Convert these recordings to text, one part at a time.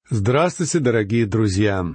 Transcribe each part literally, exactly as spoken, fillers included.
Здравствуйте, дорогие друзья!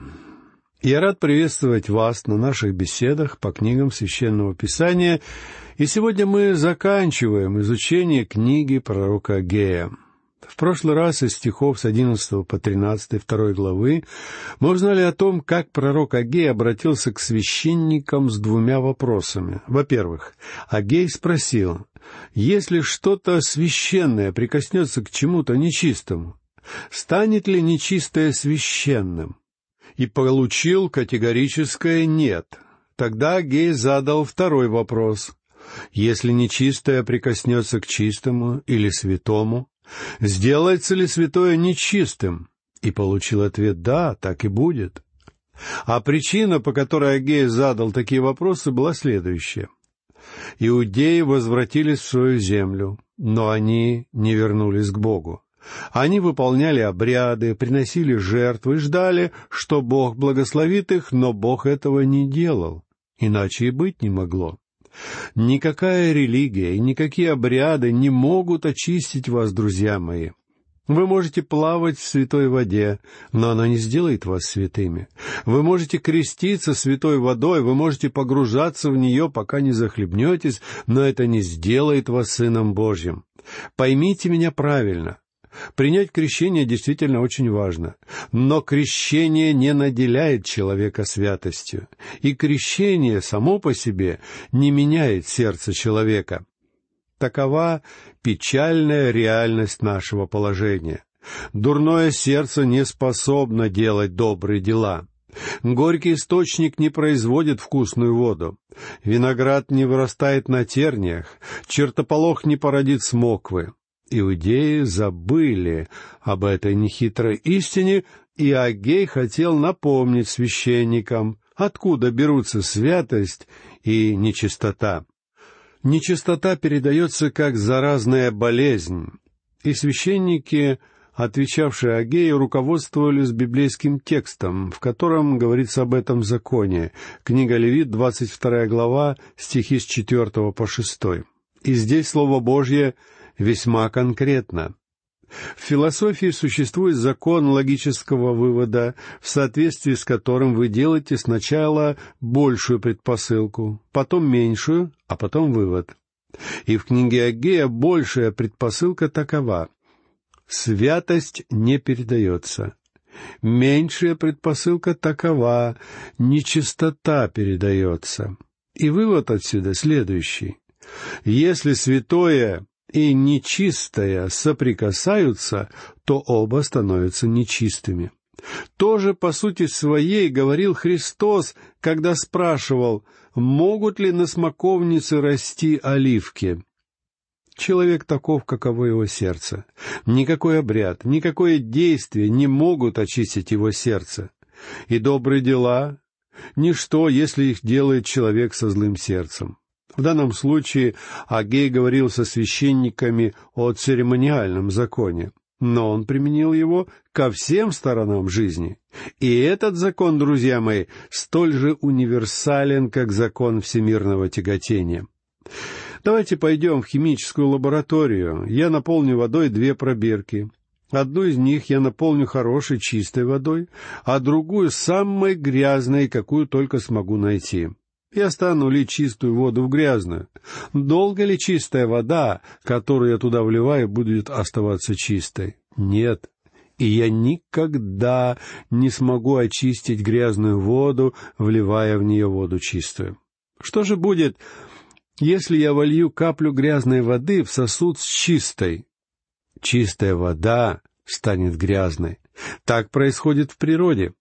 Я рад приветствовать вас на наших беседах по книгам Священного Писания, и сегодня мы заканчиваем изучение книги пророка Агея. В прошлый раз из стихов с одиннадцатого по тринадцатый второй главы мы узнали о том, как пророк Агей обратился к священникам с двумя вопросами. Во-первых, Агей спросил: «Если что-то священное прикоснется к чему-то нечистому, станет ли нечистое священным?» И получил категорическое «нет». Тогда Агей задал второй вопрос: «Если нечистое прикоснется к чистому или святому, сделается ли святое нечистым?» И получил ответ «да, так и будет». А причина, по которой Агей задал такие вопросы, была следующая. Иудеи возвратились в свою землю, но они не вернулись к Богу. Они выполняли обряды, приносили жертвы, ждали, что Бог благословит их, но Бог этого не делал, иначе и быть не могло. Никакая религия и никакие обряды не могут очистить вас, друзья мои. Вы можете плавать в святой воде, но она не сделает вас святыми. Вы можете креститься святой водой, вы можете погружаться в нее, пока не захлебнетесь, но это не сделает вас сыном Божьим. Поймите меня правильно. Принять крещение действительно очень важно, но крещение не наделяет человека святостью, и крещение само по себе не меняет сердце человека. Такова печальная реальность нашего положения. Дурное сердце не способно делать добрые дела. Горький источник не производит вкусную воду. Виноград не вырастает на терниях, чертополох не породит смоквы. Иудеи забыли об этой нехитрой истине, и Агей хотел напомнить священникам, откуда берутся святость и нечистота. Нечистота передается как заразная болезнь, и священники, отвечавшие Агею, руководствовались библейским текстом, в котором говорится об этом законе. Книга Левит, двадцать вторая глава, стихи с четвертого по шестой. И здесь Слово Божье весьма конкретно. В философии существует закон логического вывода, в соответствии с которым вы делаете сначала большую предпосылку, потом меньшую, а потом вывод. И в книге Агея большая предпосылка такова: святость не передается. Меньшая предпосылка такова: нечистота передается. И вывод отсюда следующий: если святое и нечистое соприкасаются, то оба становятся нечистыми. Тоже, по сути своей, говорил Христос, когда спрашивал, могут ли на смоковнице расти оливки. Человек таков, каково его сердце. Никакой обряд, никакое действие не могут очистить его сердце. И добрые дела — ничто, если их делает человек со злым сердцем. В данном случае Агей говорил со священниками о церемониальном законе, но он применил его ко всем сторонам жизни. И этот закон, друзья мои, столь же универсален, как закон всемирного тяготения. Давайте пойдем в химическую лабораторию. Я наполню водой две пробирки. Одну из них я наполню хорошей чистой водой, а другую самой грязной, какую только смогу найти. Я стану лить чистую воду в грязную. Долго ли чистая вода, которую я туда вливаю, будет оставаться чистой? Нет. И я никогда не смогу очистить грязную воду, вливая в нее воду чистую. Что же будет, если я волью каплю грязной воды в сосуд с чистой? Чистая вода станет грязной. Так происходит в природе.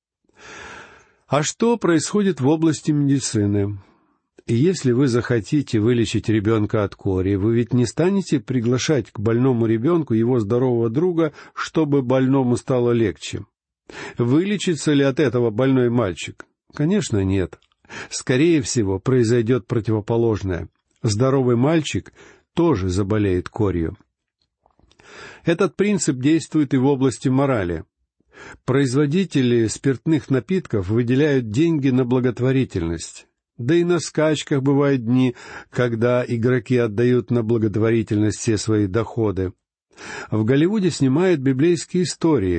А что происходит в области медицины? И если вы захотите вылечить ребенка от кори, вы ведь не станете приглашать к больному ребенку его здорового друга, чтобы больному стало легче. Вылечится ли от этого больной мальчик? Конечно, нет. Скорее всего, произойдет противоположное. Здоровый мальчик тоже заболеет корью. Этот принцип действует и в области морали. Производители спиртных напитков выделяют деньги на благотворительность. Да и на скачках бывают дни, когда игроки отдают на благотворительность все свои доходы. В Голливуде снимают библейские истории.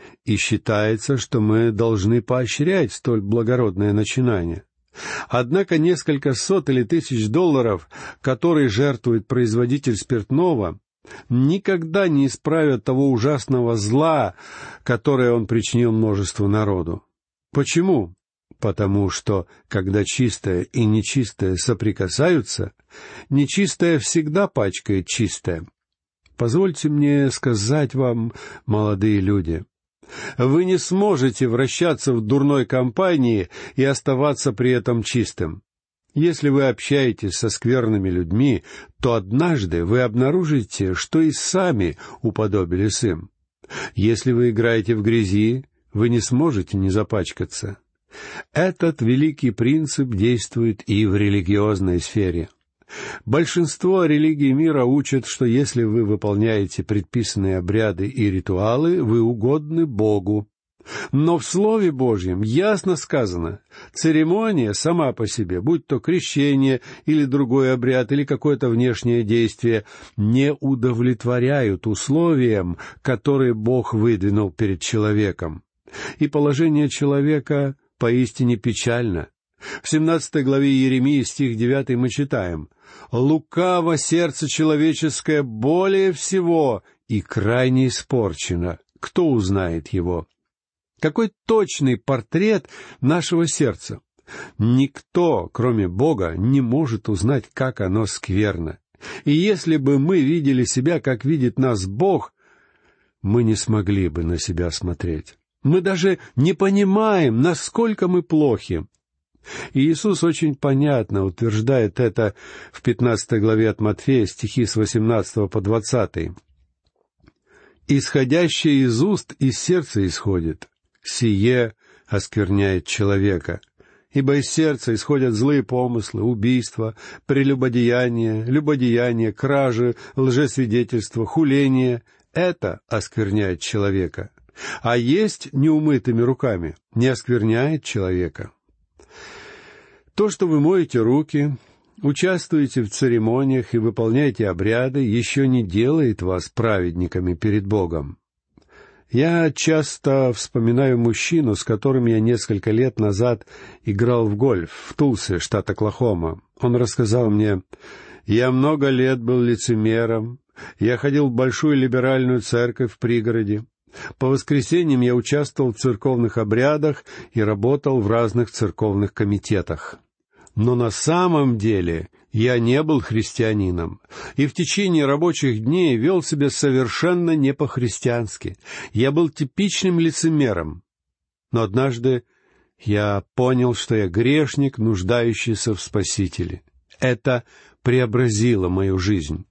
и считается, что мы должны поощрять столь благородное начинание. Однако несколько сот или тысяч долларов, которые жертвует производитель спиртного, никогда не исправят того ужасного зла, которое он причинил множеству народу. Почему? Потому что, когда чистое и нечистое соприкасаются, нечистое всегда пачкает чистое. Позвольте мне сказать вам, молодые люди, вы не сможете вращаться в дурной компании и оставаться при этом чистым. Если вы общаетесь со скверными людьми, то однажды вы обнаружите, что и сами уподобились им. Если вы играете в грязи, вы не сможете не запачкаться. Этот великий принцип действует и в религиозной сфере. Большинство религий мира учат, что если вы выполняете предписанные обряды и ритуалы, вы угодны Богу. Но в Слове Божьем ясно сказано, церемония сама по себе, будь то крещение или другой обряд, или какое-то внешнее действие, не удовлетворяют условиям, которые Бог выдвинул перед человеком. И положение человека поистине печально. В семнадцатой главе Иеремии, стих девятый, мы читаем: «Лукаво сердце человеческое более всего и крайне испорчено. Кто узнает его?» Какой точный портрет нашего сердца! Никто, кроме Бога, не может узнать, как оно скверно. И если бы мы видели себя, как видит нас Бог, мы не смогли бы на себя смотреть. Мы даже не понимаем, насколько мы плохи. И Иисус очень понятно утверждает это в пятнадцатой главе от Матфея, стихи с восемнадцатого по двадцатый. «Исходящее из уст из сердца исходит, сие оскверняет человека. Ибо из сердца исходят злые помыслы, убийства, прелюбодеяние, любодеяние, кражи, лжесвидетельство, хуление. Это оскверняет человека. А есть неумытыми руками не оскверняет человека». То, что вы моете руки, участвуете в церемониях и выполняете обряды, еще не делает вас праведниками перед Богом. Я часто вспоминаю мужчину, с которым я несколько лет назад играл в гольф в Тулсе, штат Оклахома. Он рассказал мне: «Я много лет был лицемером, я ходил в большую либеральную церковь в пригороде. По воскресеньям я участвовал в церковных обрядах и работал в разных церковных комитетах. Но на самом деле я не был христианином, и в течение рабочих дней вел себя совершенно не по-христиански. Я был типичным лицемером. Но однажды я понял, что я грешник, нуждающийся в Спасителе. Это преобразило мою жизнь.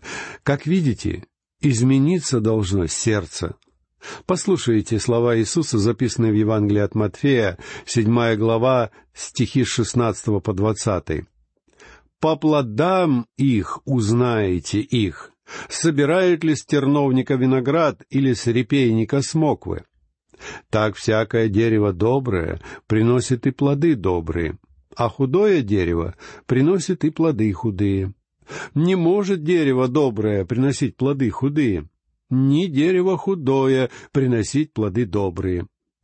Как видите, измениться должно сердце. Послушайте слова Иисуса, записанные в Евангелии от Матфея, седьмая глава, стихи с шестнадцатого по двадцатый. «По плодам их узнаете их. Собирает ли с терновника виноград или с репейника смоквы? Так всякое дерево доброе приносит и плоды добрые, а худое дерево приносит и плоды худые. Не может дерево доброе приносить плоды худые, ни дерево худое приносить плоды добрые.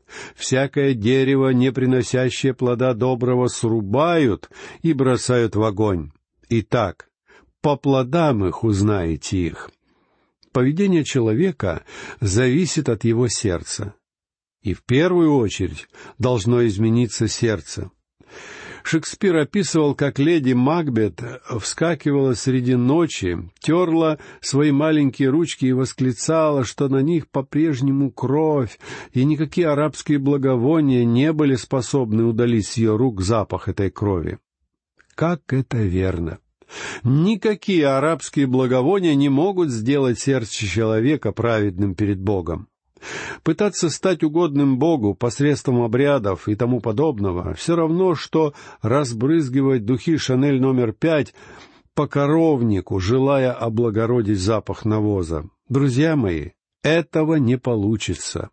Всякое дерево, не приносящее плода доброго, срубают и бросают в огонь. Итак, по плодам их узнаете их». Поведение человека зависит от его сердца. И в первую очередь должно измениться сердце. Шекспир описывал, как леди Макбет вскакивала среди ночи, терла свои маленькие ручки и восклицала, что на них по-прежнему кровь, и никакие арабские благовония не были способны удалить с ее рук запах этой крови. Как это верно! Никакие арабские благовония не могут сделать сердце человека праведным перед Богом. Пытаться стать угодным Богу посредством обрядов и тому подобного все равно, что разбрызгивать духи «Шанель номер пять» по коровнику, желая облагородить запах навоза. Друзья мои, этого не получится.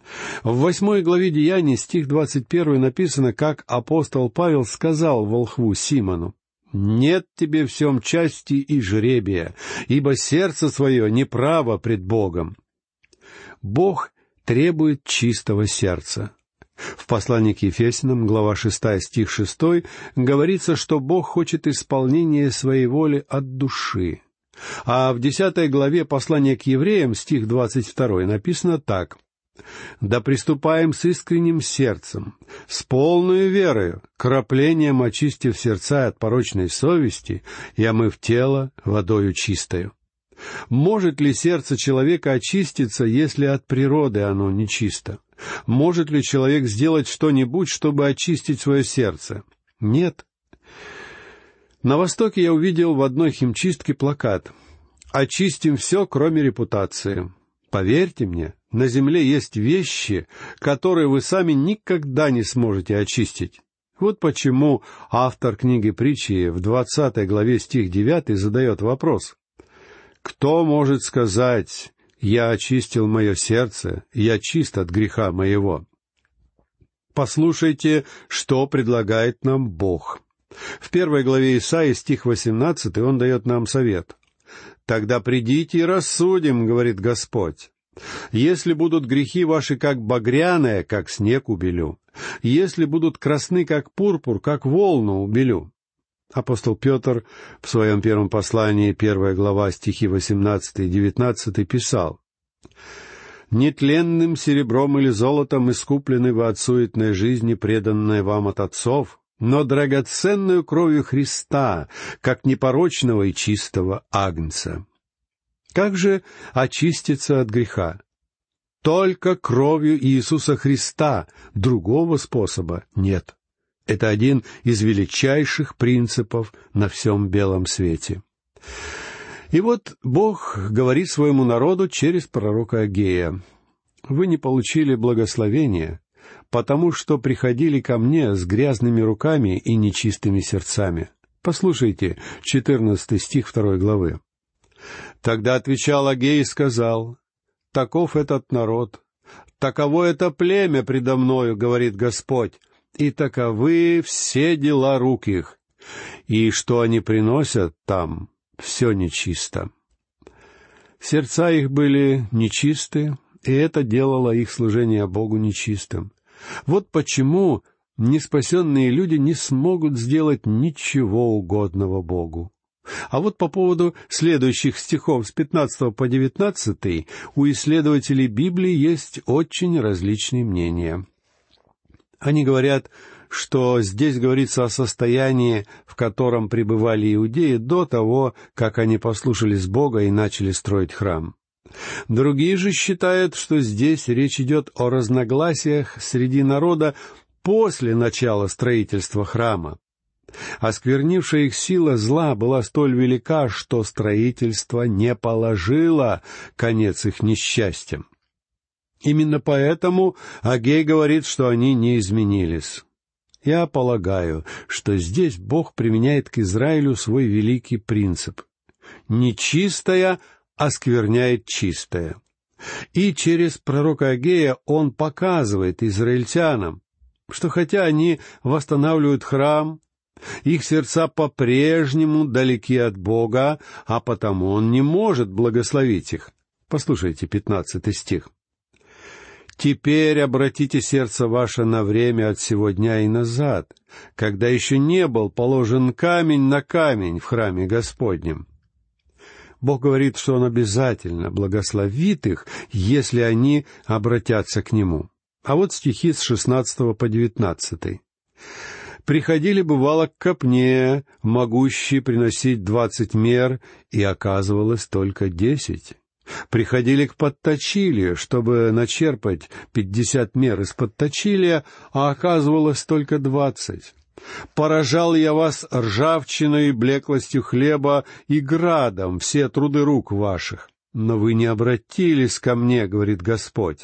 В восьмой главе Деяний, стих двадцать первый, написано, как апостол Павел сказал волхву Симону: «Нет тебе в сем части и жребия, ибо сердце свое неправо пред Богом». Бог требует чистого сердца. В послании к Ефесянам, глава шестая, стих шестой, говорится, что Бог хочет исполнения своей воли от души. А в десятой главе послания к Евреям, стих двадцать второй, написано так: «Да приступаем с искренним сердцем, с полной верою, краплением очистив сердца от порочной совести и омыв тело водою чистою». Может ли сердце человека очиститься, если от природы оно нечисто? Может ли человек сделать что-нибудь, чтобы очистить свое сердце? Нет. На Востоке я увидел в одной химчистке плакат: «Очистим все, кроме репутации». Поверьте мне, на земле есть вещи, которые вы сами никогда не сможете очистить. Вот почему автор книги «Притчи» в двадцатой главе стих девятый задает вопрос: «Кто может сказать: я очистил мое сердце, я чист от греха моего?» Послушайте, что предлагает нам Бог. В первой главе Исаии, стих восемнадцатый, он дает нам совет. «Тогда придите и рассудим, — говорит Господь, — если будут грехи ваши как багряные, как снег убелю, если будут красны, как пурпур, как волну убелю». Апостол Петр в своем первом послании, первая глава, стихи восемнадцатый и девятнадцатый, писал: «Нетленным серебром или золотом искуплены вы от суетной жизни, преданной вам от отцов, но драгоценную кровью Христа, как непорочного и чистого агнца». Как же очиститься от греха? Только кровью Иисуса Христа, другого способа нет. Это один из величайших принципов на всем белом свете. И вот Бог говорит своему народу через пророка Агея: «Вы не получили благословения, потому что приходили ко мне с грязными руками и нечистыми сердцами». Послушайте четырнадцатый стих второй главы. «Тогда отвечал Агей и сказал: таков этот народ, таково это племя предо мною, говорит Господь, и таковы все дела рук их, и что они приносят там, все нечисто». Сердца их были нечисты, и это делало их служение Богу нечистым. Вот почему неспасенные люди не смогут сделать ничего угодного Богу. А вот по поводу следующих стихов с пятнадцатого по девятнадцатый у исследователей Библии есть очень различные мнения. Они говорят, что здесь говорится о состоянии, в котором пребывали иудеи до того, как они послушались Бога и начали строить храм. Другие же считают, что здесь речь идет о разногласиях среди народа после начала строительства храма. Осквернившая их сила зла была столь велика, что строительство не положило конец их несчастьям. Именно поэтому Агей говорит, что они не изменились. Я полагаю, что здесь Бог применяет к Израилю свой великий принцип: нечистое оскверняет чистое. И через пророка Агея он показывает израильтянам, что хотя они восстанавливают храм, их сердца по-прежнему далеки от Бога, а потому Он не может благословить их. Послушайте пятнадцатый стих. «Теперь обратите сердце ваше на время от сего дня и назад, когда еще не был положен камень на камень в храме Господнем». Бог говорит, что Он обязательно благословит их, если они обратятся к Нему. А вот стихи с шестнадцатого по девятнадцатый. «Приходили, бывало, к копне, могущей приносить двадцать мер, и оказывалось только десять. Приходили к подточилию, чтобы начерпать пятьдесят мер из подточилия, а оказывалось только двадцать. Поражал я вас ржавчиной, блеклостью хлеба и градом все труды рук ваших. Но вы не обратились ко мне, говорит Господь.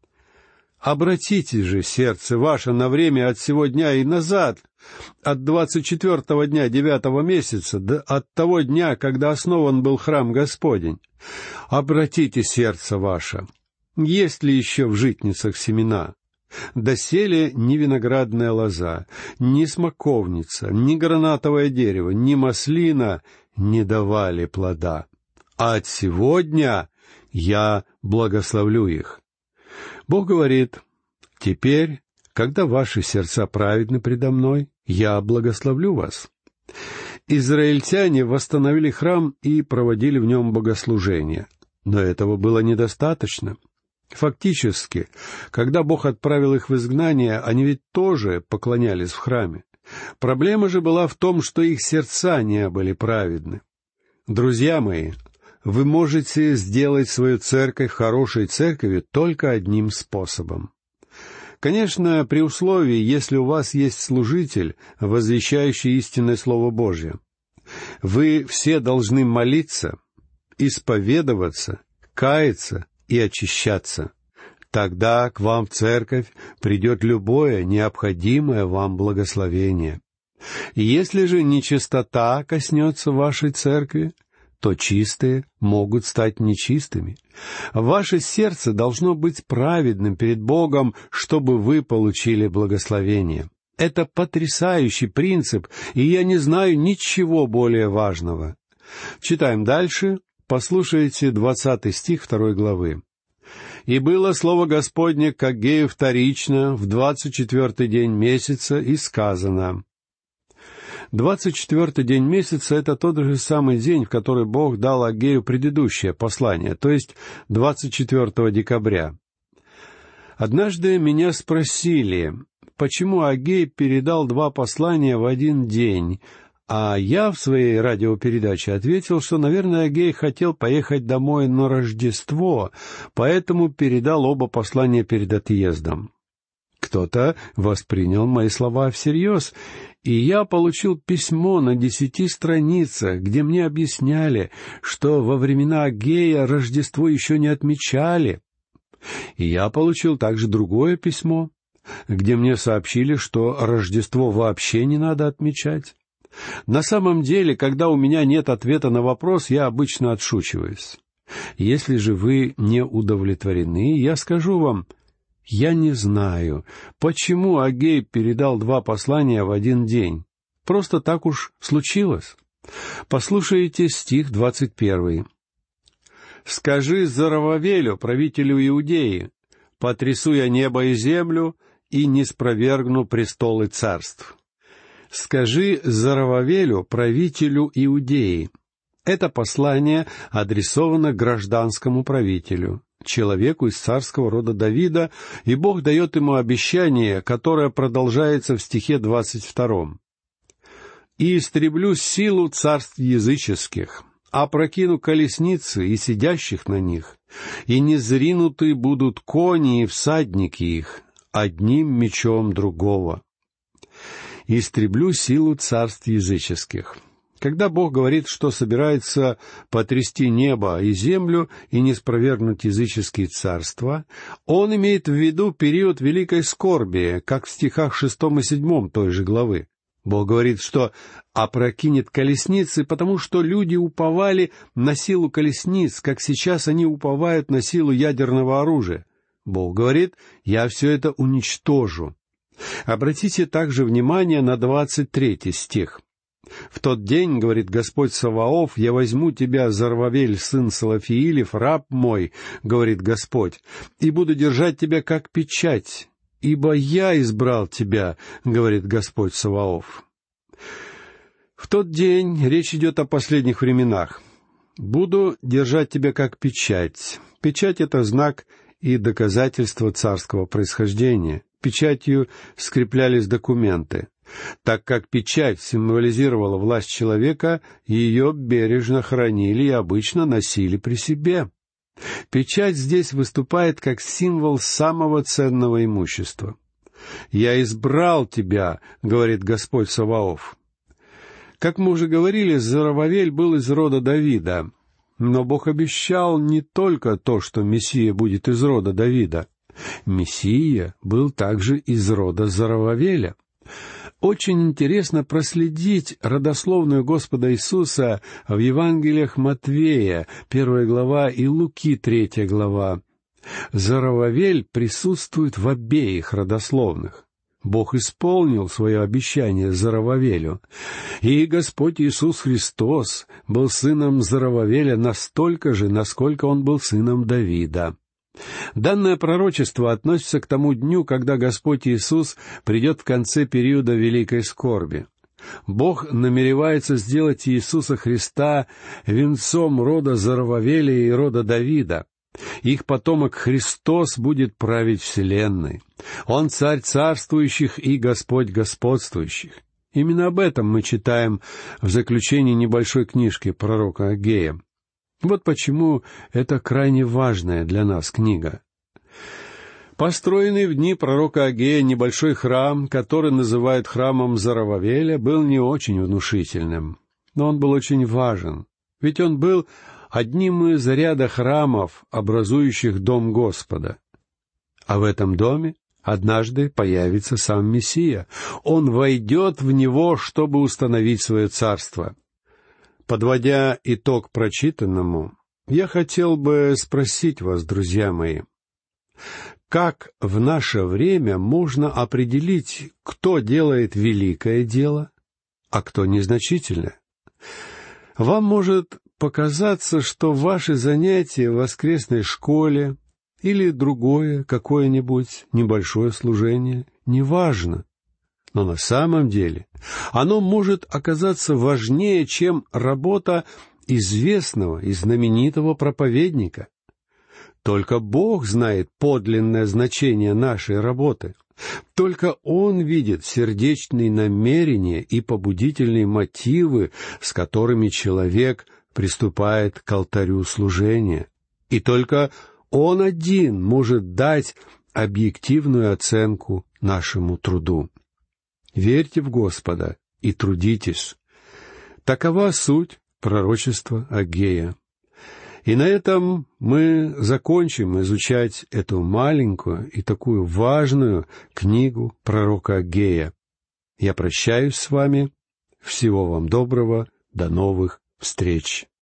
Обратите же сердце ваше на время от сего дня и назад, от двадцать четвертого дня девятого месяца, до от того дня, когда основан был храм Господень. Обратите сердце ваше. Есть ли еще в житницах семена? Доселе ни виноградная лоза, ни смоковница, ни гранатовое дерево, ни маслина не давали плода. А от сегодня я благословлю их. Бог говорит: «Теперь, когда ваши сердца праведны предо мной, я благословлю вас». Израильтяне восстановили храм и проводили в нем богослужения. Но этого было недостаточно. Фактически, когда Бог отправил их в изгнание, они ведь тоже поклонялись в храме. Проблема же была в том, что их сердца не были праведны. Друзья мои, вы можете сделать свою церковь хорошей церковью только одним способом. Конечно, при условии, если у вас есть служитель, возвещающий истинное Слово Божье. Вы все должны молиться, исповедоваться, каяться и очищаться. Тогда к вам в церковь придет любое необходимое вам благословение. Если же нечистота коснется вашей церкви, то чистые могут стать нечистыми. Ваше сердце должно быть праведным перед Богом, чтобы вы получили благословение. Это потрясающий принцип, и я не знаю ничего более важного. Читаем дальше. Послушайте двадцатый стих второй главы. «И было слово Господне к Аггею вторично в двадцать четвертый день месяца, и сказано». Двадцать четвертый день месяца — это тот же самый день, в который Бог дал Аггею предыдущее послание, то есть двадцать четвертого декабря. Однажды меня спросили, почему Аггей передал два послания в один день, а я в своей радиопередаче ответил, что, наверное, Аггей хотел поехать домой на Рождество, поэтому передал оба послания перед отъездом. Кто-то воспринял мои слова всерьез, и я получил письмо на десяти страницах, где мне объясняли, что во времена Аггея Рождество еще не отмечали. И я получил также другое письмо, где мне сообщили, что Рождество вообще не надо отмечать. На самом деле, когда у меня нет ответа на вопрос, я обычно отшучиваюсь. Если же вы не удовлетворены, я скажу вам: я не знаю, почему Аггей передал два послания в один день. Просто так уж случилось. Послушайте стих двадцать первый. «Скажи Зоровавелю, правителю Иудеи, потрясу я небо и землю, и не спровергну престолы царств». «Скажи Зоровавелю, правителю Иудеи». Это послание адресовано гражданскому правителю, человеку из царского рода Давида, и Бог дает ему обещание, которое продолжается в стихе двадцать втором. «И истреблю силу царств языческих, опрокину колесницы и сидящих на них, и незринуты будут кони и всадники их, одним мечом другого. Истреблю силу царств языческих». Когда Бог говорит, что собирается потрясти небо и землю и не спровергнуть языческие царства, Он имеет в виду период великой скорби, как в стихах шестом и седьмом той же главы. Бог говорит, что опрокинет колесницы, потому что люди уповали на силу колесниц, как сейчас они уповают на силу ядерного оружия. Бог говорит: «Я все это уничтожу». Обратите также внимание на двадцать третий стих. «В тот день, — говорит Господь Саваоф, — я возьму тебя, Зоровавель, сын Салафиилев, раб мой, — говорит Господь, — и буду держать тебя как печать, ибо я избрал тебя, — говорит Господь Саваоф». В тот день речь идет о последних временах. «Буду держать тебя как печать». Печать — это знак и доказательство царского происхождения. Печатью скреплялись документы. Так как печать символизировала власть человека, ее бережно хранили и обычно носили при себе. Печать здесь выступает как символ самого ценного имущества. «Я избрал тебя, — говорит Господь Саваоф». Как мы уже говорили, Зоровавель был из рода Давида. Но Бог обещал не только то, что Мессия будет из рода Давида. Мессия был также из рода Зоровавеля. Очень интересно проследить родословную Господа Иисуса в Евангелиях Матвея, первая глава, и Луки, третья глава. Зоровавель присутствует в обеих родословных. Бог исполнил свое обещание Зоровавелю. И Господь Иисус Христос был сыном Зоровавеля настолько же, насколько он был сыном Давида. Данное пророчество относится к тому дню, когда Господь Иисус придет в конце периода великой скорби. Бог намеревается сделать Иисуса Христа венцом рода Зоровавеля и рода Давида. Их потомок Христос будет править вселенной. Он царь царствующих и Господь господствующих. Именно об этом мы читаем в заключении небольшой книжки пророка Агея. Вот почему это крайне важная для нас книга. Построенный в дни пророка Агея небольшой храм, который называют храмом Зоровавеля, был не очень внушительным, но он был очень важен, ведь он был одним из ряда храмов, образующих дом Господа. А в этом доме однажды появится сам Мессия. Он войдет в него, чтобы установить свое царство. Подводя итог прочитанному, я хотел бы спросить вас, друзья мои, как в наше время можно определить, кто делает великое дело, а кто незначительное? Вам может показаться, что ваши занятия в воскресной школе или другое какое-нибудь небольшое служение неважно. Но на самом деле оно может оказаться важнее, чем работа известного и знаменитого проповедника. Только Бог знает подлинное значение нашей работы. Только Он видит сердечные намерения и побудительные мотивы, с которыми человек приступает к алтарю служения. И только Он один может дать объективную оценку нашему труду. Верьте в Господа и трудитесь. Такова суть пророчества Агея. И на этом мы закончим изучать эту маленькую и такую важную книгу пророка Агея. Я прощаюсь с вами. Всего вам доброго. До новых встреч.